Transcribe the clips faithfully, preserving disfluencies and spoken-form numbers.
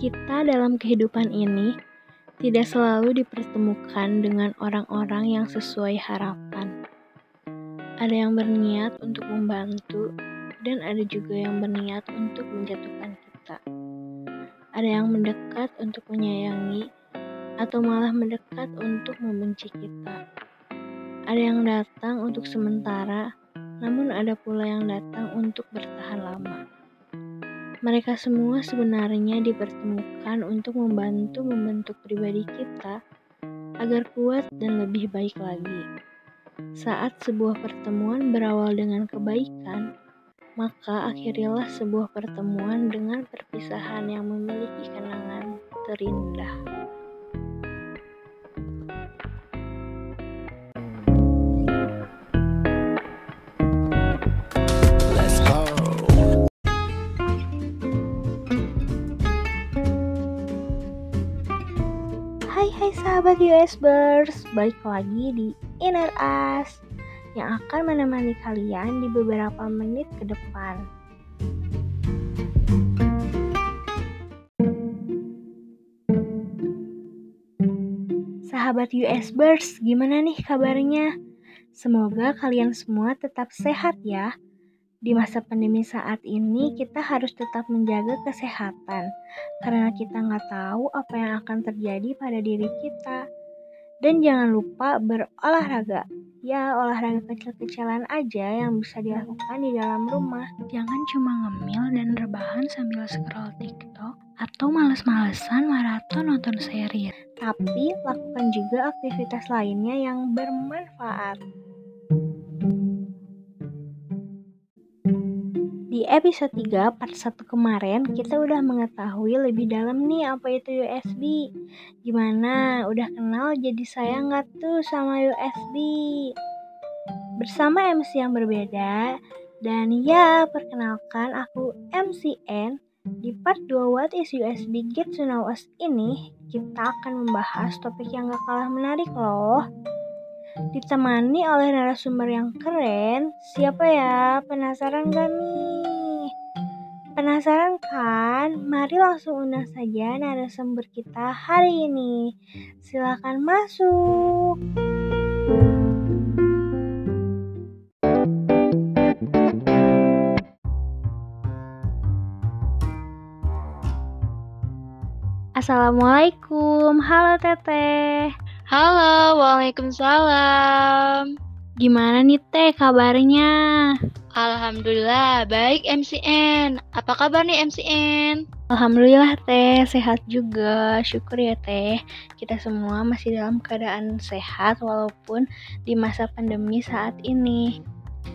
Kita dalam kehidupan ini tidak selalu dipertemukan dengan orang-orang yang sesuai harapan. Ada yang berniat untuk membantu, dan ada juga yang berniat untuk menjatuhkan kita. Ada yang mendekat untuk menyayangi, atau malah mendekat untuk membenci kita. Ada yang datang untuk sementara, namun ada pula yang datang untuk bertahan lama. Mereka semua sebenarnya dipertemukan untuk membantu membentuk pribadi kita agar kuat dan lebih baik lagi. Saat sebuah pertemuan berawal dengan kebaikan, maka akhirilah sebuah pertemuan dengan perpisahan yang memiliki kenangan terindah. Hai hai sahabat USBers, balik lagi di Inner Us yang akan menemani kalian di beberapa menit ke depan. Sahabat USBers, gimana nih kabarnya? Semoga kalian semua tetap sehat ya. Di masa pandemi saat ini kita harus tetap menjaga kesehatan karena kita nggak tahu apa yang akan terjadi pada diri kita. Dan jangan lupa berolahraga. Ya, olahraga kecil-kecilan aja yang bisa dilakukan di dalam rumah. Jangan cuma ngemil dan rebahan sambil scroll TikTok atau males-malesan maraton nonton series. Tapi lakukan juga aktivitas lainnya yang bermanfaat. Di episode tiga part satu kemarin kita udah mengetahui lebih dalam nih apa itu U S B. Gimana? Udah kenal jadi sayang gak tuh sama U S B? Bersama M C yang berbeda. Dan ya, perkenalkan aku M C N. Di part dua What is U S B Get to Know Us ini kita akan membahas topik yang gak kalah menarik loh. Ditemani oleh narasumber yang keren. Siapa ya? Penasaran gak nih? Penasaran kan? Mari langsung undang saja narasumber kita hari ini. Silakan masuk. Assalamualaikum. Halo Teteh. Halo, waalaikumsalam. Gimana nih Teh kabarnya? Alhamdulillah, baik M C N. Apa kabar nih M C N? Alhamdulillah Teh, sehat juga. Syukur ya Teh, kita semua masih dalam keadaan sehat walaupun di masa pandemi saat ini.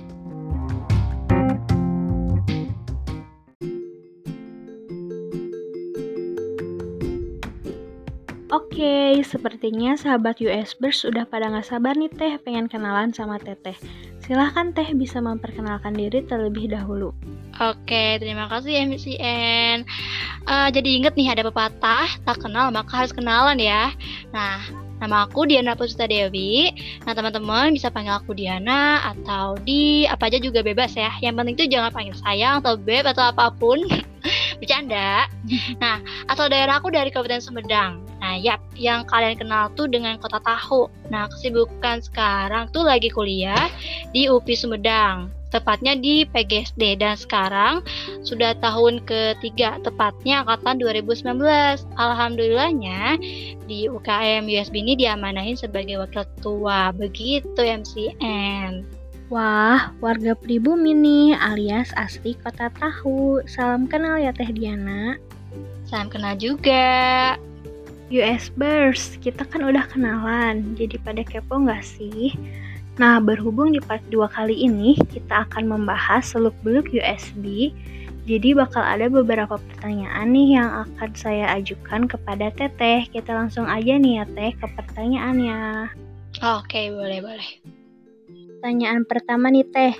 Oke, sepertinya sahabat USBers udah pada gak sabar nih Teh pengen kenalan sama Teteh. Silahkan Teh bisa memperkenalkan diri terlebih dahulu. Oke, terima kasih M C N. Uh, jadi inget nih ada pepatah, tak kenal maka harus kenalan ya. Nah, nama aku Diana Pusita Dewi. Nah, teman-teman bisa panggil aku Diana atau Di, apa aja juga bebas ya. Yang penting tuh jangan panggil sayang atau beb atau apapun. Bercanda. Nah, asal daerah aku dari Kabupaten Sumedang. Nah, yap, yang kalian kenal tuh dengan Kota Tahu. Nah, kesibukan sekarang tuh lagi kuliah di U P I Sumedang, tepatnya di P G S D, dan sekarang sudah tahun ketiga, tepatnya angkatan dua ribu sembilan belas. Alhamdulillahnya di U K M U S B ini diamanahin sebagai wakil ketua. Begitu M C N. Wah, warga pribumi nih alias asli Kota Tahu. Salam kenal ya Teh Diana. Salam kenal juga. USBers, kita kan udah kenalan, jadi pada kepo gak sih? Nah, berhubung di part dua kali ini, kita akan membahas seluk-beluk U S B. Jadi bakal ada beberapa pertanyaan nih yang akan saya ajukan kepada Teteh. Kita langsung aja nih ya Teh ke pertanyaannya. Oke, boleh-boleh. Pertanyaan pertama nih Teh.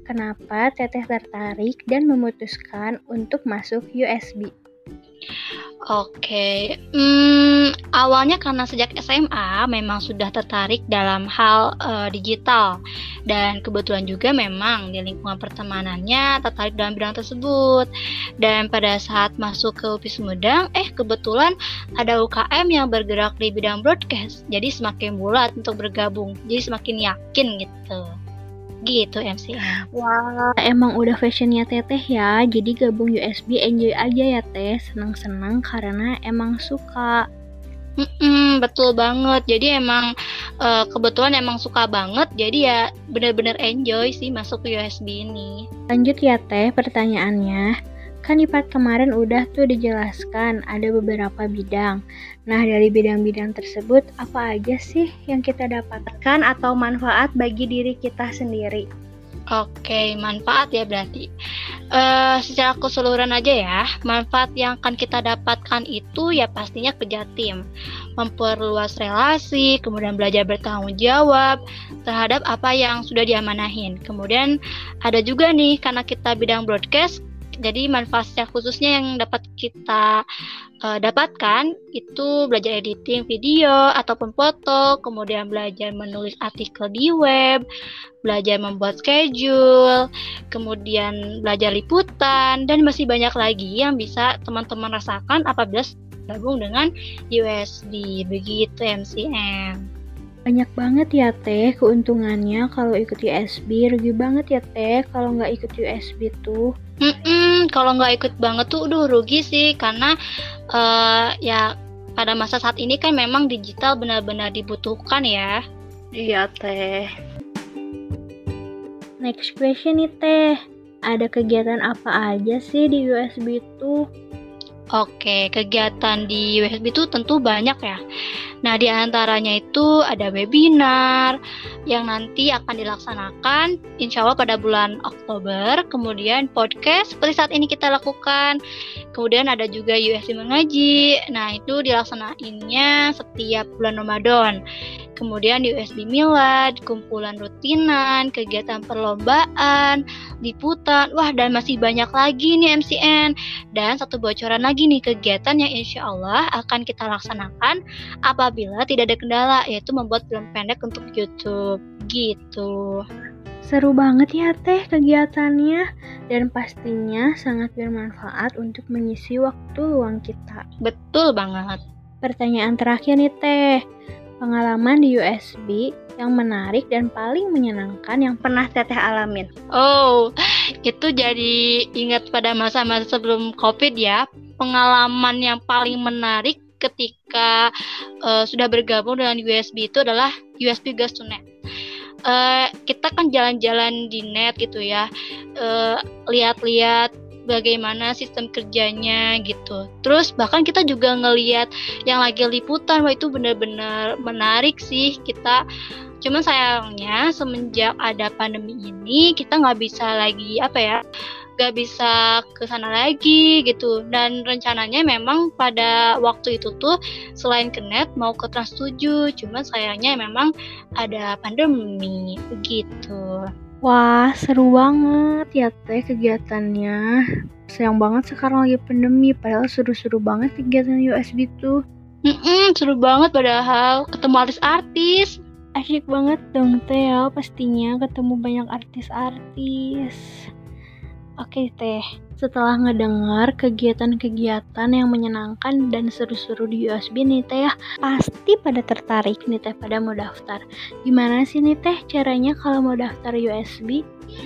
Kenapa Teteh tertarik dan memutuskan untuk masuk U S B? Oke, hmm, awalnya karena sejak S M A memang sudah tertarik dalam hal eh, digital, dan kebetulan juga memang di lingkungan pertemanannya tertarik dalam bidang tersebut. Dan pada saat masuk ke U P I Sumedang, eh kebetulan ada U K M yang bergerak di bidang broadcast, jadi semakin bulat untuk bergabung, jadi semakin yakin gitu. Gitu M C M. Wah, emang udah fashionnya teteh ya, jadi gabung U S B enjoy aja ya teh, seneng-seneng karena emang suka. Mm-mm, betul banget. Jadi emang eh, kebetulan emang suka banget. Jadi ya bener-bener enjoy sih masuk ke U S B ini. Lanjut ya teh pertanyaannya. Kan di part kemarin udah tuh dijelaskan ada beberapa bidang. Nah dari bidang-bidang tersebut apa aja sih yang kita dapatkan atau manfaat bagi diri kita sendiri? Oke, manfaat ya berarti. Eh, secara keseluruhan aja ya, manfaat yang akan kita dapatkan itu ya pastinya kerja tim, memperluas relasi, kemudian belajar bertanggung jawab terhadap apa yang sudah diamanahin. Kemudian ada juga nih karena kita bidang broadcast, jadi manfaat secara khususnya yang dapat kita uh, dapatkan itu belajar editing video ataupun foto, kemudian belajar menulis artikel di web, belajar membuat schedule, kemudian belajar liputan, dan masih banyak lagi yang bisa teman-teman rasakan apabila gabung dengan U S B. Begitu M C M. Banyak banget ya teh keuntungannya kalau ikut U S B, rugi banget ya teh kalau nggak ikut U S B tuh. Mm-mm, kalau nggak ikut banget tuh udah rugi sih, karena uh, ya pada masa saat ini kan memang digital benar-benar dibutuhkan ya. Iya teh. Next question nih teh, ada kegiatan apa aja sih di U S B tuh? Oke, kegiatan di U S B itu tentu banyak ya. Nah, di antaranya itu ada webinar yang nanti akan dilaksanakan insya Allah pada bulan Oktober. Kemudian podcast seperti saat ini kita lakukan. Kemudian ada juga U S B mengaji. Nah, itu dilaksanainnya setiap bulan Ramadan. Kemudian U S B Milad, kumpulan rutinan, kegiatan perlombaan, liputan, wah dan masih banyak lagi nih M C N. Dan satu bocoran lagi nih kegiatan yang insya Allah akan kita laksanakan apabila tidak ada kendala, yaitu membuat film pendek untuk YouTube gitu. Seru banget ya teh kegiatannya, dan pastinya sangat bermanfaat untuk mengisi waktu luang kita. Betul banget. Pertanyaan terakhir nih teh, pengalaman di U S B yang menarik dan paling menyenangkan yang pernah teteh alamin. Oh, itu jadi ingat pada masa-masa sebelum COVID ya. Pengalaman yang paling menarik ketika uh, sudah bergabung dengan U S B itu adalah U S B Gas to Net. Uh, kita kan jalan-jalan di net gitu ya, uh, lihat-lihat bagaimana sistem kerjanya gitu. Terus bahkan kita juga ngelihat yang lagi liputan, wah itu benar-benar menarik sih kita. Cuman sayangnya semenjak ada pandemi ini kita nggak bisa lagi apa ya, nggak bisa ke sana lagi gitu. Dan rencananya memang pada waktu itu tuh selain ke net mau ke Trans tujuh, cuman sayangnya memang ada pandemi begitu. Wah, seru banget ya teh kegiatannya. Sayang banget sekarang lagi pandemi, padahal seru-seru banget kegiatan U S B tuh. Mm-mm, seru banget padahal ketemu artis-artis. Asyik banget dong teh ya, pastinya ketemu banyak artis-artis. Oke teh, setelah ngedengar kegiatan-kegiatan yang menyenangkan dan seru-seru di U S B nih teh ya, pasti pada tertarik nih teh pada mau daftar. Gimana sih nih teh caranya kalau mau daftar U S B?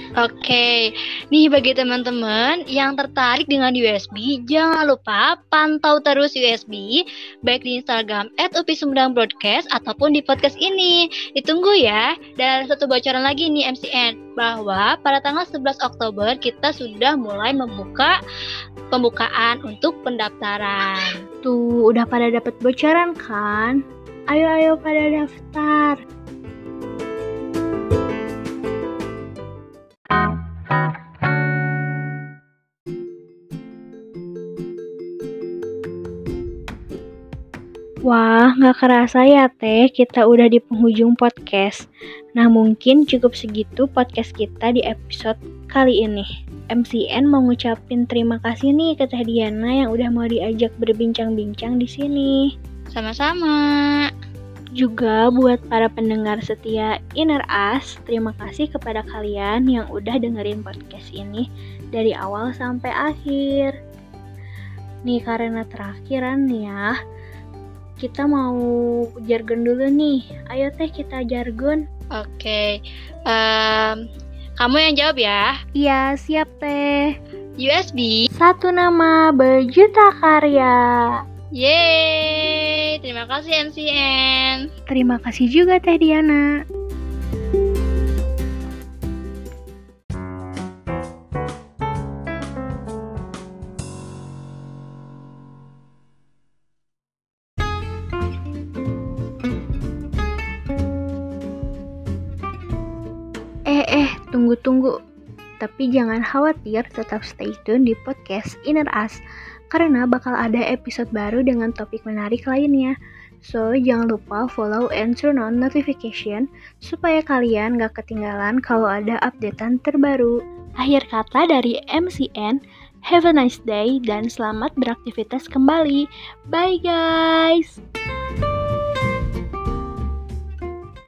Oke, nih bagi teman-teman yang tertarik dengan U S B, jangan lupa pantau terus U S B, baik di Instagram et u p i sumedang broadcast ataupun di podcast ini. Ditunggu ya. Dan satu bocoran lagi nih M C N, bahwa pada tanggal sebelas Oktober kita sudah mulai membuka pembukaan untuk pendaftaran. Tuh, udah pada dapat bocoran kan? Ayo-ayo pada daftar. Wah, Nggak kerasa ya teh, kita udah di penghujung podcast. Nah mungkin cukup segitu podcast kita di episode kali ini. M C N mau ngucapin terima kasih nih ke Teh Diana yang udah mau diajak berbincang-bincang di sini. Sama-sama. Juga buat para pendengar setia Inner Us, terima kasih kepada kalian yang udah dengerin podcast ini dari awal sampai akhir. Nih karena terakhiran nih ya, kita mau jargon dulu nih. Ayo teh kita jargon. Oke, um, kamu yang jawab ya. Iya siap teh. U S B. Satu nama berjuta karya. Yeay, terima kasih M C N. Terima kasih juga Teh Diana. Eh eh, tunggu-tunggu. Tapi jangan khawatir, tetap stay tune di podcast Inner Us. Karena bakal ada episode baru dengan topik menarik lainnya. So, jangan lupa follow and turn on notification supaya kalian gak ketinggalan kalau ada updatean terbaru. Akhir kata dari M C N, have a nice day dan selamat beraktivitas kembali. Bye guys!